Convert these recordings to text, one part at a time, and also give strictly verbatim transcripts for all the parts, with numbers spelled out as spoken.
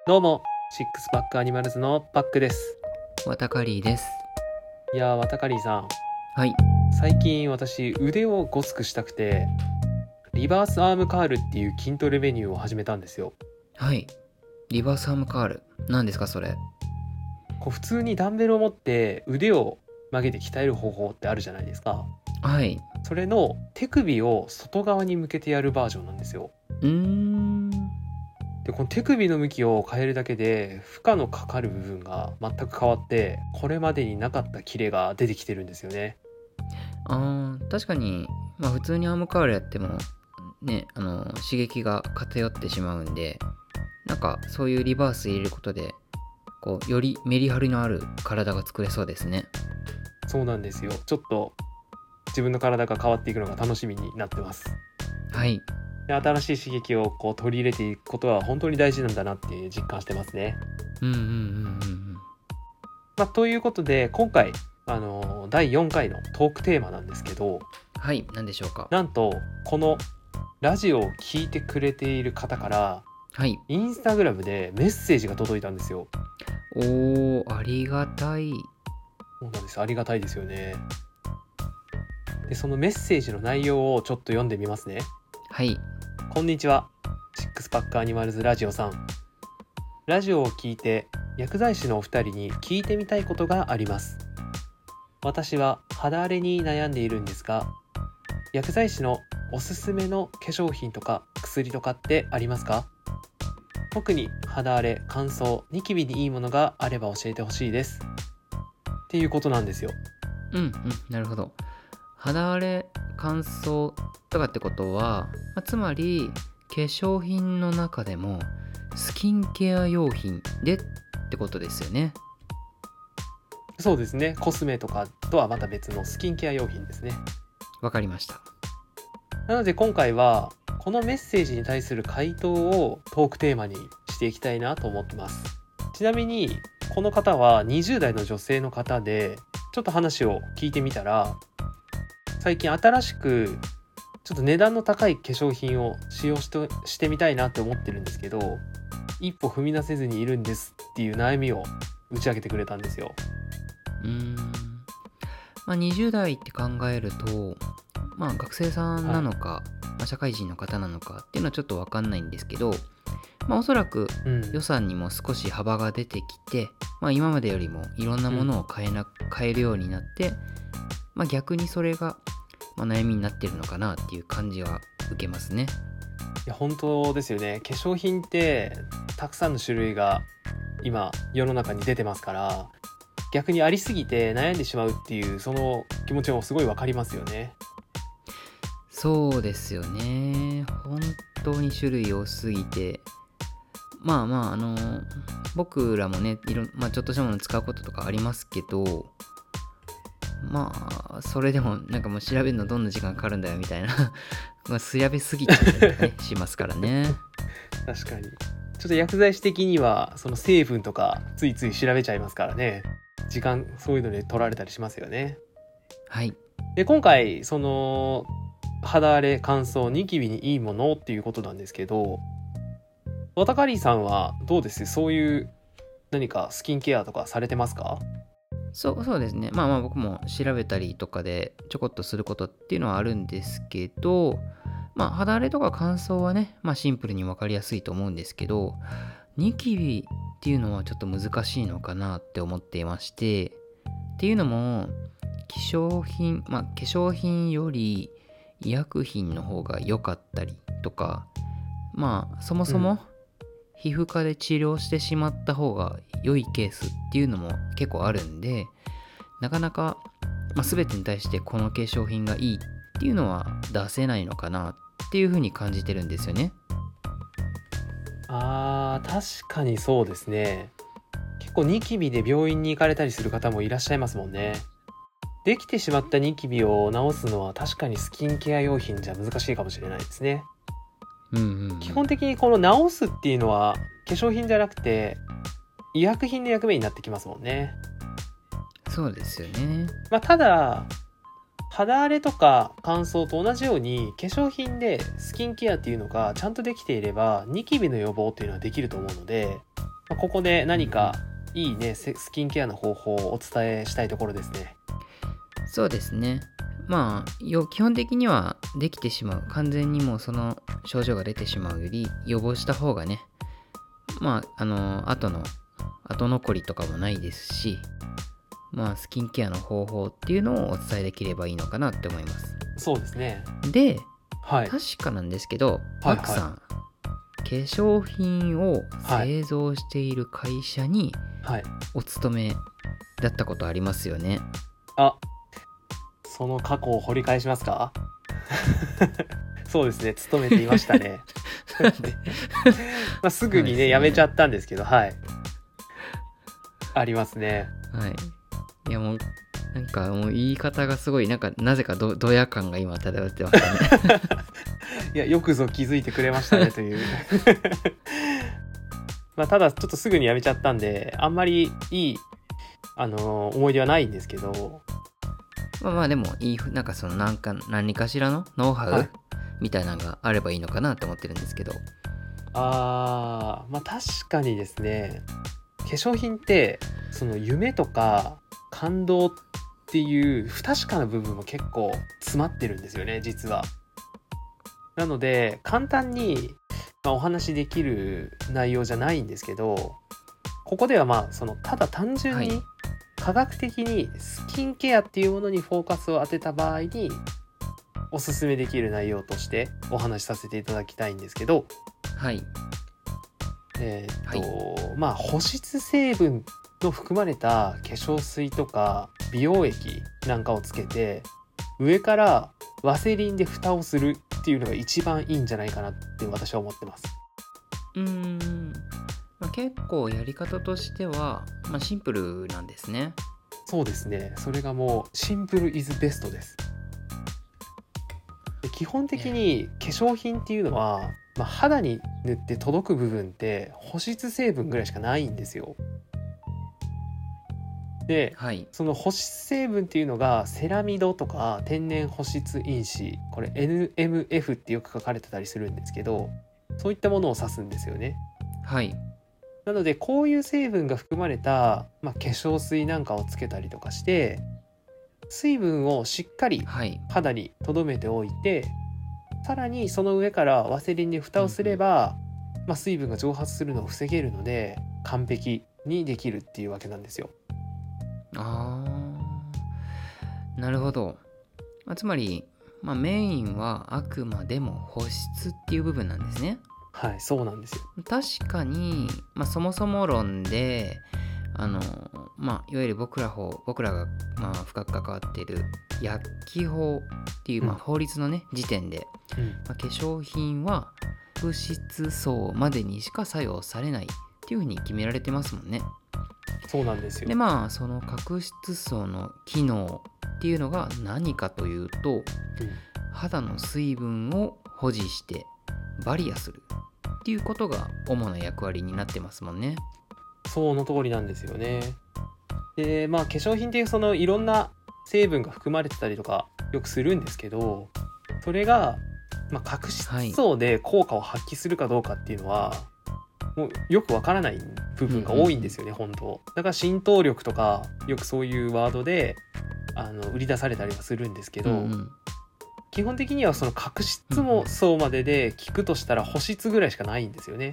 どうもシックスパックアニマルズのパックです。 ワタカリーです。 いやーワタカリーさん、 はい。 最近私腕をごつくしたくてリバースアームカールっていう筋トレメニューを始めたんですよ。 はい。リバースアームカール、何ですかそれ？ こう普通にダンベルを持って腕を曲げて鍛える方法ってあるじゃないですか。 はい。 それの手首を外側に向けてやるバージョンなんですよ。 うーん。 でこの手首の向きを変えるだけで負荷のかかる部分が全く変わって、これまでになかったキレが出てきてるんですよね。 あー、確かに、まあ普通にアームカールやっても、ね、あの、刺激が偏ってしまうんで、なんかそういうリバース入れることで、こう、よりメリハリのある体が作れそうですね。 そうなんですよ。ちょっと自分の体が変わっていくのが楽しみになってます。 はい。 で新しい刺激をこう取り入れていくことは本当に大事なんだなって実感してますね。 うんうんうんうんうん。 まあ、ということで今回あのだいよんかいのトークテーマなんですけど、 はい、何でしょうか？ なんとこのラジオを聞いてくれている方からはい。 インスタグラムでメッセージが届いたんですよ。 おー、ありがたい。 そうなんです。ありがたいですよね。でそのメッセージの内容をちょっと読んでみますね。 はい。 こんにちは、シックスパックアニマルズラジオさん。ラジオを聞いて薬剤師のお二人に聞いてみたいことがあります。私は肌荒れに悩んでいるんですが、薬剤師のおすすめの化粧品とか薬とかってありますか？特に肌荒れ、乾燥、ニキビにいいものがあれば教えてほしいです。っていうことなんですよ。 うんうん、なるほど。肌荒れ、乾燥とかってことは、まあ、つまり化粧品の中でもスキンケア用品でってことですよね。 そうですね。コスメとかとはまた別のスキンケア用品ですね。 わかりました。 なので今回はこのメッセージに対する回答をトークテーマにしていきたいなと思ってます。ちなみにこの方はにじゅう代の女性の方で、ちょっと話を聞いてみたら、最近新しくちょっと値段の高い化粧品を使用しとしてみたいなって思ってるんですけど、一歩踏み出せずにいるんですっていう悩みを打ち明けてくれたんですよ。 うーん。まあにじゅう代って考えると、まあ学生さんなのか、まあ、社会人の方なのかっていうのはちょっとわかんないんですけど、まあおそらくうん予算にも少し幅が出てきて、まあ今までよりもいろんなものを買えな、買えるようになって、まあ逆にそれが、まあ、悩みになってるのかなっていう感じは受けますね。 いや本当ですよね。化粧品ってたくさんの種類が今世の中に出てますから、逆にありすぎて悩んでしまうっていうその気持ちもすごいわかりますよね。 そうですよね。本当に種類多すぎて、まあまああの僕らもねいろ、まあ、ちょっとしたもの使うこととかありますけど、まあそれでもなんかもう調べるのどんな時間かかるんだよみたいなまあ調べすぎちゃったりとかねしますからね。 確かに。ちょっと薬剤師的にはその成分とかついつい調べちゃいますからね。時間そういうので取られたりしますよね。 はい。 で今回その肌荒れ、乾燥、ニキビにいいものっていうことなんですけど、ワタカリーさんはどうです？そういう何かスキンケアとかされてますか？ そうそうですね。まあまあ僕も調べたりとかでちょこっとすることっていうのはあるんですけど、まあ肌荒れとか乾燥はね、まあシンプルに分かりやすいと思うんですけど、ニキビっていうのはちょっと難しいのかなって思っていまして、っていうのも化粧品、まあ化粧品より医薬品の方が良かったりとか、まあそもそも皮膚科で治療してしまった方が良いケースっていうのも結構あるんで、なかなか、まあ、全てに対してこの化粧品がいいっていうのは出せないのかなっていうふうに感じてるんですよね。 あー、確かにそうですね。結構ニキビで病院に行かれたりする方もいらっしゃいますもんね。できてしまったニキビを治すのは確かにスキンケア用品じゃ難しいかもしれないですね。 うんうん、うん、 基本的にこの治すっていうのは化粧品じゃなくて医薬品の役目になってきますもんね。 そうですよね。 まあ、ただ肌荒れとか乾燥と同じように化粧品でスキンケアっていうのがちゃんとできていればニキビの予防っていうのはできると思うので、 まあ、ここで何かいいねスキンケアの方法をお伝えしたいところですね。 そうですね。まあよ基本的にはできてしまう、完全にもうその症状が出てしまうより予防した方がね、まああの後の後残りとかもないですし、まあスキンケアの方法っていうのをお伝えできればいいのかなって思います。 そうですね。 で、 はい、 確かなんですけど、 はいパクさん、化粧品をはい製造している会社にはい。 お勤めだったことありますよね。 あ、その過去を掘り返しますか？そうですね、勤めていましたね。まあすぐにね、 そうですね辞めちゃったんですけど、はい。ありますね。 はい。いやもう、なんかもう言い方がすごい、なんかなぜかどドヤ感が今漂ってましたね。 いや、よくぞ気づいてくれましたねという。まあただちょっとすぐに辞めちゃったんで、あんまりいい、あのー思い出はないんですけど、 まあまあでもいい、なんかそのなんか何かしらのノウハウ、 はいみたいなのがあればいいのかなと思ってるんですけど。 あー、まあ確かにですね、化粧品ってその夢とか感動っていう不確かな部分も結構詰まってるんですよね、実は。なので簡単に、まあ、お話しできる内容じゃないんですけど、ここではまあそのただ単純はいに科学的にスキンケアっていうものにフォーカスを当てた場合におすすめできる内容としてお話しさせていただきたいんですけど、 はい。 えーっと、まあ保湿成分の含まれた化粧水とか美容液なんかをつけて上からワセリンで蓋をするっていうのが一番いいんじゃないかなって私は思ってます。 うーん。まあ、結構やり方としては、まあ、シンプルなんですね。 そうですね。それがもうシンプルイズベストです。で基本的に化粧品っていうのは、まあ、肌に塗って届く部分って保湿成分ぐらいしかないんですよ。で、 はい。 その保湿成分っていうのがセラミドとか天然保湿因子、これ エヌエムエフ ってよく書かれてたりするんですけど、そういったものを指すんですよね。 はい。 なのでこういう成分が含まれた、まあ、化粧水なんかをつけたりとかして水分をしっかりはい。 肌に留めておいて、さらにその上からワセリンで蓋をすれば、まあ、水分が蒸発するのを防げるので完璧にできるっていうわけなんですよ。 あー。なるほど。まあ、つまり、まあ、メインはあくまでも保湿っていう部分なんですね。 はい、そうなんですよ。 確かに、まあ、そもそも論で、あの、まあ、いわゆる僕ら法、僕らが、まあ、深く関わっている薬機法っていう、まあ、 うん法律のね、時点で、 うんまあ、化粧品は角質層までにしか作用されないっていうふうに決められてますもんね。 そうなんですよ。 で、まあ、その角質層の機能っていうのが何かというと、 うん肌の水分を保持してバリアするっていうことが主な役割になってますもんね。 その通りなんですよね。で、まあ化粧品っていうそのいろんな成分が含まれてたりとかよくするんですけど、それが、まあ、角質層で効果を発揮するかどうかっていうのは、もうよくわからない部分が多いんですよね、本当。だから浸透力とかよくそういうワードであの売り出されたりはするんですけど、 うんうん、 基本的にはその角質層までで効くとしたら保湿ぐらいしかないんですよね。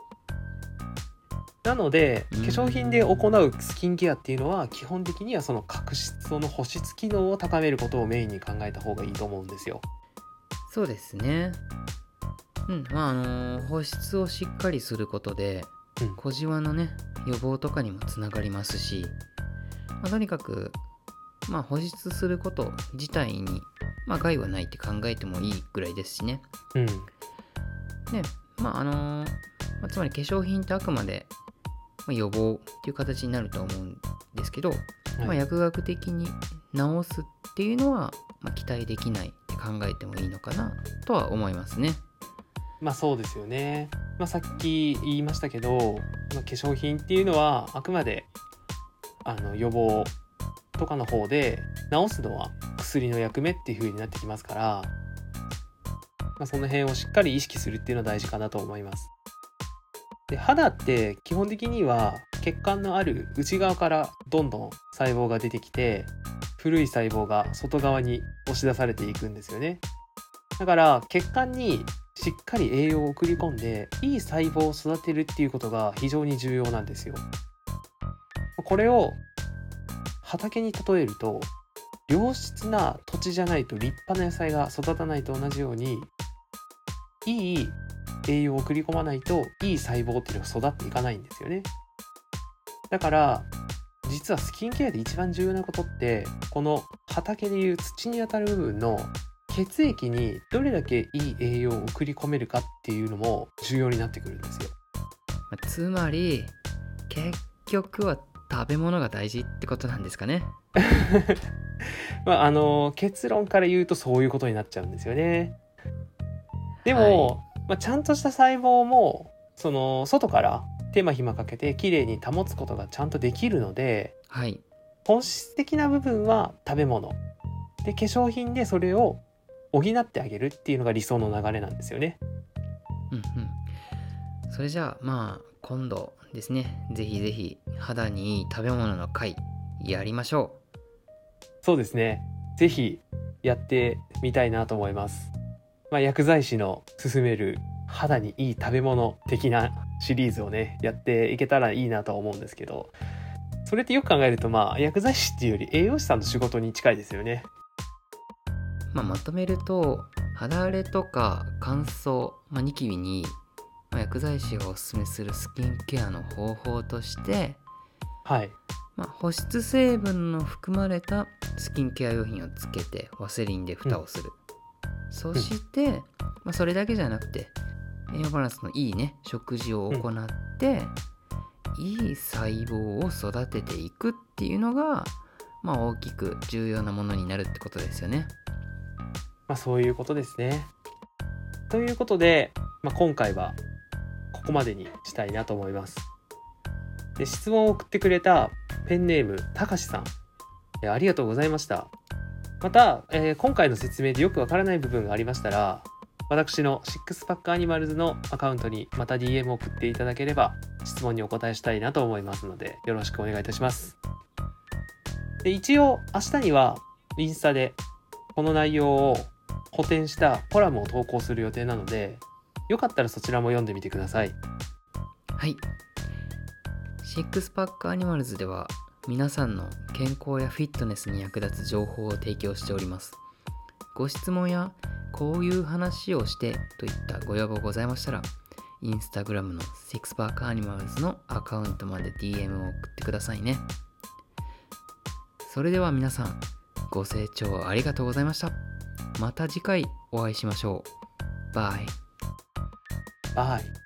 なので化粧品で行うスキンケアっていうのは基本的にはその角質層の保湿機能を高めることをメインに考えた方がいいと思うんですよ。 そうですね。うんまああのー保湿をしっかりすることで、 うん、 小じわのね予防とかにもつながりますし、まあ、とにかくまあ保湿すること自体にまあ害はないって考えてもいいぐらいですしね。 うん、 でまああのーまあ、つまり化粧品ってあくまでまあ予防っていう形になると思うんですけど、 はいまあ、薬学的に治すっていうのは、まあ、期待できないって考えてもいいのかなとは思いますね。 まあそうですよね。まあ、さっき言いましたけど、まあ、化粧品っていうのはあくまであの予防とかの方で、治すのは薬の役目っていう風になってきますから、まあ、その辺をしっかり意識するっていうのは大事かなと思います。 で肌って基本的には血管のある内側からどんどん細胞が出てきて、古い細胞が外側に押し出されていくんですよね。だから血管にしっかり栄養を送り込んでいい細胞を育てるっていうことが非常に重要なんですよ。これを畑に例えると、良質な土地じゃないと立派な野菜が育たないと同じように、いい栄養を送り込まないといい細胞っていうのが育っていかないんですよね。だから実はスキンケアで一番重要なことって、この畑でいう土に当たる部分の血液にどれだけいい栄養を送り込めるかっていうのも重要になってくるんですよ。 つまり結局は食べ物が大事ってことなんですかね。 まああの結論から言うとそういうことになっちゃうんですよね。でも、はいまあ、ちゃんとした細胞もその外から手間暇かけてきれいに保つことがちゃんとできるので、 はい、 本質的な部分は食べ物で、化粧品でそれを補ってあげるっていうのが理想の流れなんですよね。 うんうん。それじゃあまあ今度ですね、ぜひぜひ肌にいい食べ物の回やりましょう。 そうですね。ぜひやってみたいなと思います。まあ、薬剤師の勧める肌にいい食べ物的なシリーズをねやっていけたらいいなとは思うんですけど、それってよく考えるとまあ薬剤師っていうより栄養士さんの仕事に近いですよね。 まあ、まとめると肌荒れとか乾燥、まあ、ニキビに、まあ、薬剤師がおすすめするスキンケアの方法として、 はいまあ、保湿成分の含まれたスキンケア用品をつけてワセリンで蓋をする、うん、そして、うんまあ、それだけじゃなくて栄養バランスのいいね食事を行って、うん、いい細胞を育てていくっていうのが、まあ、大きく重要なものになるってことですよね。 まあそういうことですね。ということで、まあ、今回はここまでにしたいなと思います。で質問を送ってくれたペンネームたかしさん、えありがとうございました。また、えー、今回の説明でよくわからない部分がありましたら、私のシックスパックアニマルズのアカウントにまた ディーエム を送っていただければ質問にお答えしたいなと思いますので、よろしくお願いいたします。で一応明日にはインスタでこの内容を補填したコラムを投稿する予定なので、よかったらそちらも読んでみてください。 はい、シックスパックアニマルズでは皆さんの健康やフィットネスに役立つ情報を提供しております。ご質問やこういう話をしてといったご要望ございましたら、インスタグラムのシックスパックアニマルズのアカウントまで ディーエム を送ってくださいね。それでは皆さん、ご清聴ありがとうございました。また次回お会いしましょう。バイ。 バイ。